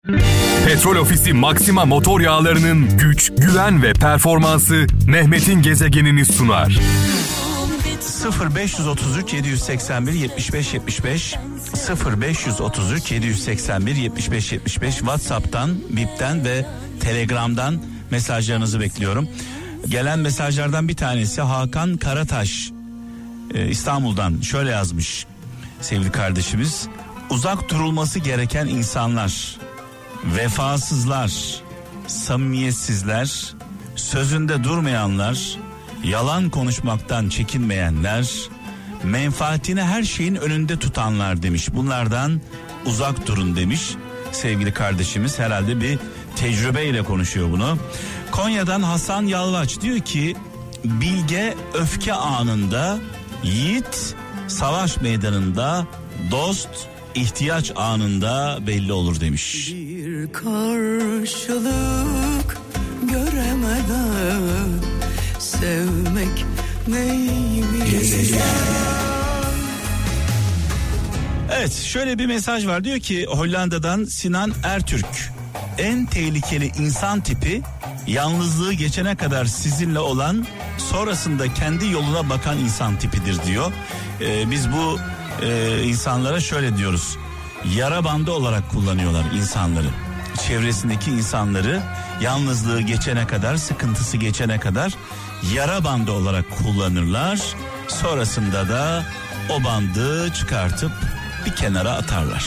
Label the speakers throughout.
Speaker 1: Petrol Ofisi Maxima motor yağlarının güç, güven ve performansı Mehmet'in gezegenini sunar.
Speaker 2: 0533 781 75 75 0533 781 75 75 WhatsApp'tan, Bip'ten ve Telegram'dan mesajlarınızı bekliyorum. Gelen mesajlardan bir tanesi Hakan Karataş İstanbul'dan şöyle yazmış sevgili kardeşimiz: uzak durulması gereken insanlar, vefasızlar, samimiyetsizler, sözünde durmayanlar, yalan konuşmaktan çekinmeyenler, menfaatini her şeyin önünde tutanlar demiş. Bunlardan uzak durun demiş sevgili kardeşimiz. Herhalde bir tecrübeyle konuşuyor bunu. Konya'dan Hasan Yalvaç diyor ki bilge öfke anında, yiğit savaş meydanında, dost ihtiyaç anında belli olur demiş.
Speaker 3: Bir karşılık göremeden sevmek neymiş?
Speaker 2: Evet, şöyle bir mesaj var, diyor ki Hollanda'dan Sinan Ertürk: en tehlikeli insan tipi yalnızlığı geçene kadar sizinle olan, sonrasında kendi yoluna bakan insan tipidir diyor. Biz bu insanlara şöyle diyoruz: yara bandı olarak kullanıyorlar insanları. Çevresindeki insanları yalnızlığı geçene kadar, sıkıntısı geçene kadar yara bandı olarak kullanırlar. Sonrasında da o bandı çıkartıp bir kenara atarlar.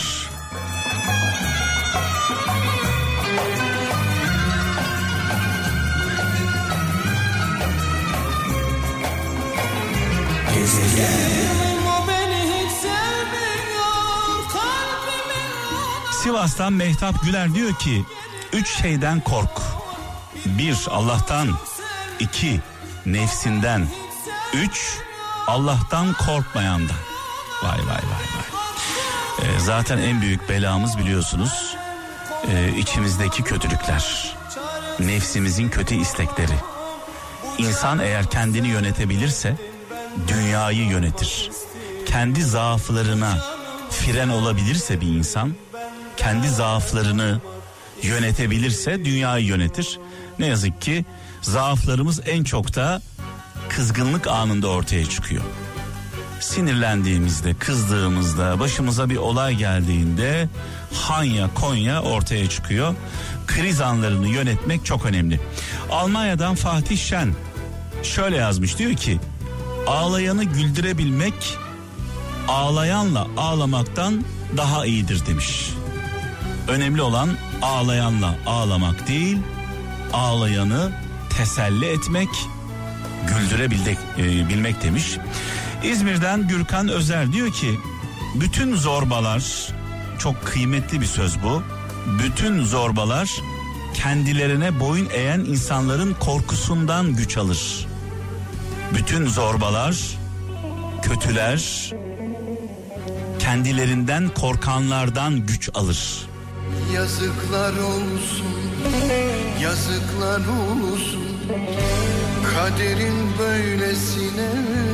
Speaker 2: Sivas'tan Mehtap Güler diyor ki 3 şeyden kork: 1 Allah'tan, 2 nefsinden, 3 Allah'tan korkmayandan. Vay vay vay vay. Zaten en büyük belamız biliyorsunuz içimizdeki kötülükler, nefsimizin kötü istekleri. İnsan eğer kendini yönetebilirse dünyayı yönetir. Kendi zaaflarına fren olabilirse bir insan, kendi zaaflarını yönetebilirse dünyayı yönetir. Ne yazık ki zaaflarımız en çok da kızgınlık anında ortaya çıkıyor. Sinirlendiğimizde, kızdığımızda, başımıza bir olay geldiğinde Hanya, Konya ortaya çıkıyor. Kriz anlarını yönetmek çok önemli. Almanya'dan Fatih Şen şöyle yazmış, diyor ki ağlayanı güldürebilmek ağlayanla ağlamaktan daha iyidir demiş. Önemli olan ağlayanla ağlamak değil, ağlayanı teselli etmek, güldürebilmek demiş. İzmir'den Gürkan Özer diyor ki bütün zorbalar, çok kıymetli bir söz bu, bütün zorbalar kendilerine boyun eğen insanların korkusundan güç alır. Bütün zorbalar, kötüler kendilerinden korkanlardan güç alır.
Speaker 3: Yazıklar olsun, yazıklar olsun, kaderin böylesine.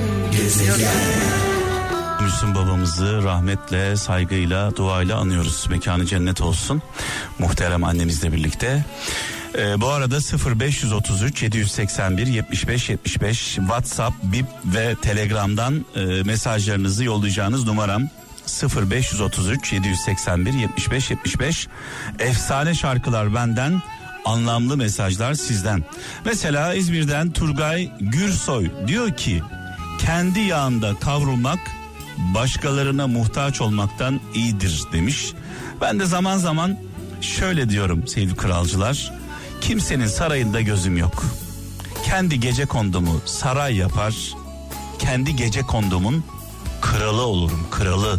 Speaker 2: Müslüm babamızı rahmetle, saygıyla, duayla anıyoruz. Mekanı cennet olsun. Muhterem annemizle birlikte. Bu arada 0533 781 75 75 WhatsApp, Bip ve Telegram'dan mesajlarınızı yollayacağınız numaram 0533 781 75 75. Efsane şarkılar benden, anlamlı mesajlar sizden. Mesela İzmir'den Turgay Gürsoy diyor ki kendi yağında kavrulmak başkalarına muhtaç olmaktan iyidir demiş. Ben de zaman zaman şöyle diyorum sevgili kralcılar: kimsenin sarayında gözüm yok. Kendi gecekondumu saray yapar, kendi gecekondumun kralı olurum, kralı.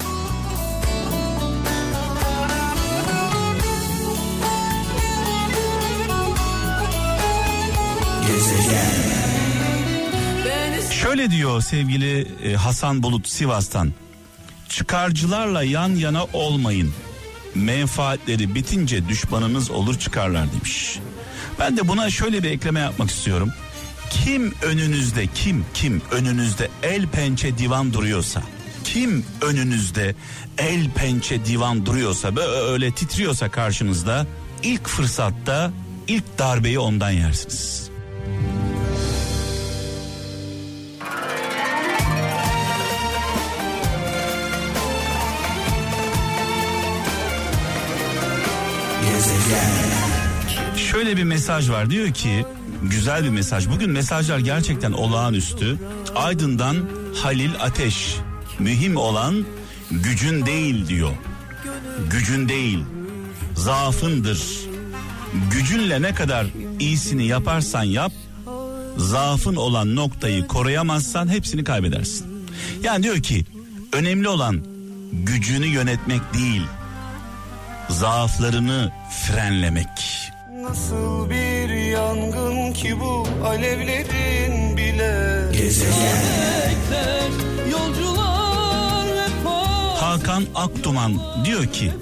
Speaker 2: Şöyle diyor sevgili Hasan Bulut Sivas'tan: çıkarcılarla yan yana olmayın, menfaatleri bitince düşmanınız olur çıkarlar demiş. Ben de buna şöyle bir ekleme yapmak istiyorum. Kim önünüzde, kim önünüzde el pençe divan duruyorsa, Kim önünüzde el pençe divan duruyorsa, böyle titriyorsa karşınızda, ilk fırsatta ilk darbeyi ondan yersiniz. Şöyle bir mesaj var, diyor ki, güzel bir mesaj. Bugün mesajlar gerçekten olağanüstü. Aydın'dan Halil Ateş, mühim olan gücün değil diyor. Gücün değil, zaafındır. Gücünle ne kadar iyisini yaparsan yap, zaafın olan noktayı koruyamazsan hepsini kaybedersin. Yani diyor ki, önemli olan gücünü yönetmek değil, zaaflarını frenlemek.
Speaker 3: Nasıl bir yangın ki bu, alevlerin bile
Speaker 4: Gezecekler, yolcular hep var.
Speaker 2: Hakan Akduman diyor ki,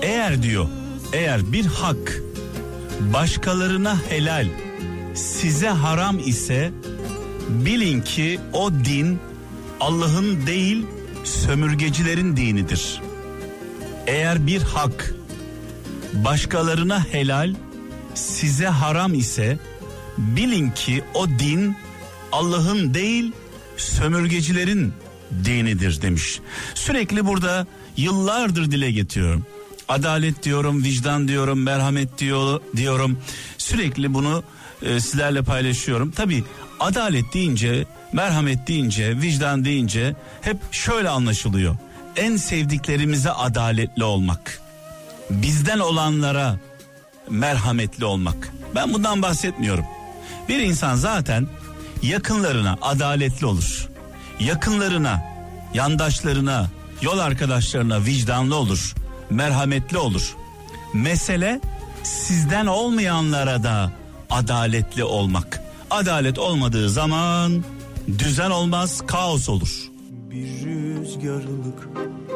Speaker 2: eğer bir hak başkalarına helal, size haram ise bilin ki o din Allah'ın değil, sömürgecilerin dinidir. Eğer bir hak başkalarına helal, size haram ise bilin ki o din Allah'ın değil, sömürgecilerin dinidir demiş. Sürekli burada yıllardır dile getiriyorum. Adalet diyorum, vicdan diyorum, merhamet diyorum. Sürekli bunu sizlerle paylaşıyorum. Tabii adalet deyince, merhamet deyince, vicdan deyince hep şöyle anlaşılıyor. En sevdiklerimize adaletli olmak, bizden olanlara merhametli olmak. Ben bundan bahsetmiyorum. Bir insan zaten yakınlarına adaletli olur. Yakınlarına, yandaşlarına, yol arkadaşlarına vicdanlı olur, merhametli olur. Mesele sizden olmayanlara da adaletli olmak. Adalet olmadığı zaman düzen olmaz, kaos olur.
Speaker 3: bir rüzgarlık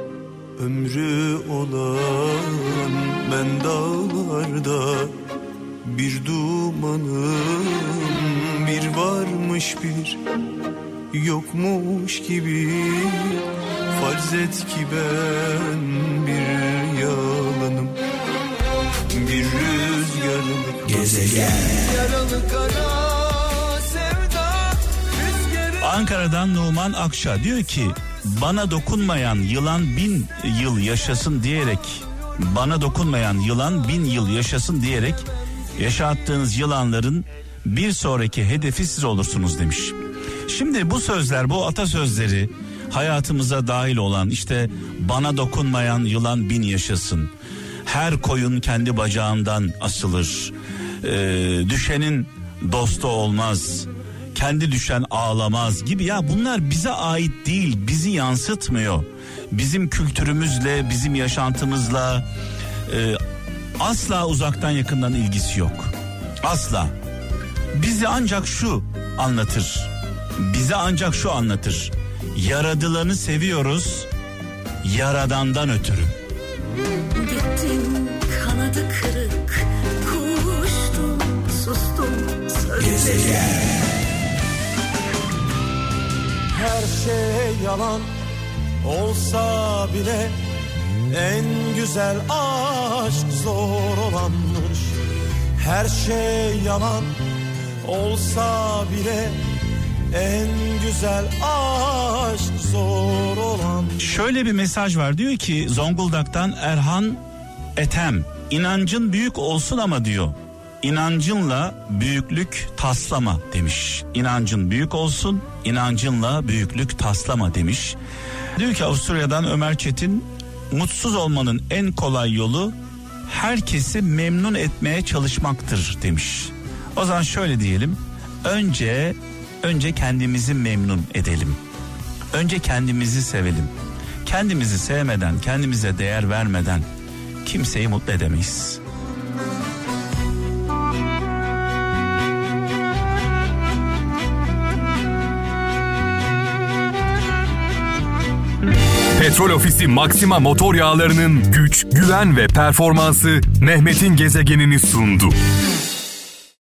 Speaker 3: ömrü olan ben dağlarda bir dumanım, bir varmış bir yokmuş gibi, farz et ki ben bir yalanım, bir rüzgarlık gezegen yaralı kara sevda rüzgarı.
Speaker 2: Ankara'dan Numan Akşa diyor ki, bana dokunmayan yılan 1000 yıl yaşasın diyerek, bana dokunmayan yılan 1000 yıl yaşasın diyerek yaşattığınız yılanların bir sonraki hedefi siz olursunuz demiş. Şimdi bu sözler, bu atasözleri hayatımıza dahil olan, işte bana dokunmayan yılan 1000 yaşasın, her koyun kendi bacağından asılır, düşenin dostu olmaz, kendi düşen ağlamaz gibi, ya bunlar bize ait değil, bizi yansıtmıyor. Bizim kültürümüzle, bizim yaşantımızla asla uzaktan yakından ilgisi yok. Asla. Bizi ancak şu anlatır. Bize ancak şu anlatır. Yaradılanı seviyoruz, Yaradan'dan ötürü.
Speaker 4: Gittim kanadı kırık, kuştum, sustum, sözlerim.
Speaker 3: Her şey yalan olsa bile en güzel aşk zor olanmış. Her şey yalan olsa bile en güzel aşk zor olan.
Speaker 2: Şöyle bir mesaj var, diyor ki Zonguldak'tan Erhan Etem, inancın büyük olsun ama diyor, inancınla büyüklük taslama demiş. İnancın büyük olsun, inancınla büyüklük taslama demiş. Diyor ki Avusturya'dan Ömer Çetin, mutsuz olmanın en kolay yolu herkesi memnun etmeye çalışmaktır demiş. O zaman şöyle diyelim, önce kendimizi memnun edelim. Önce kendimizi sevelim. Kendimizi sevmeden, kendimize değer vermeden kimseyi mutlu edemeyiz.
Speaker 1: Petrol Ofisi Maxima motor yağlarının güç, güven ve performansı Mehmet'in gezegenini sundu.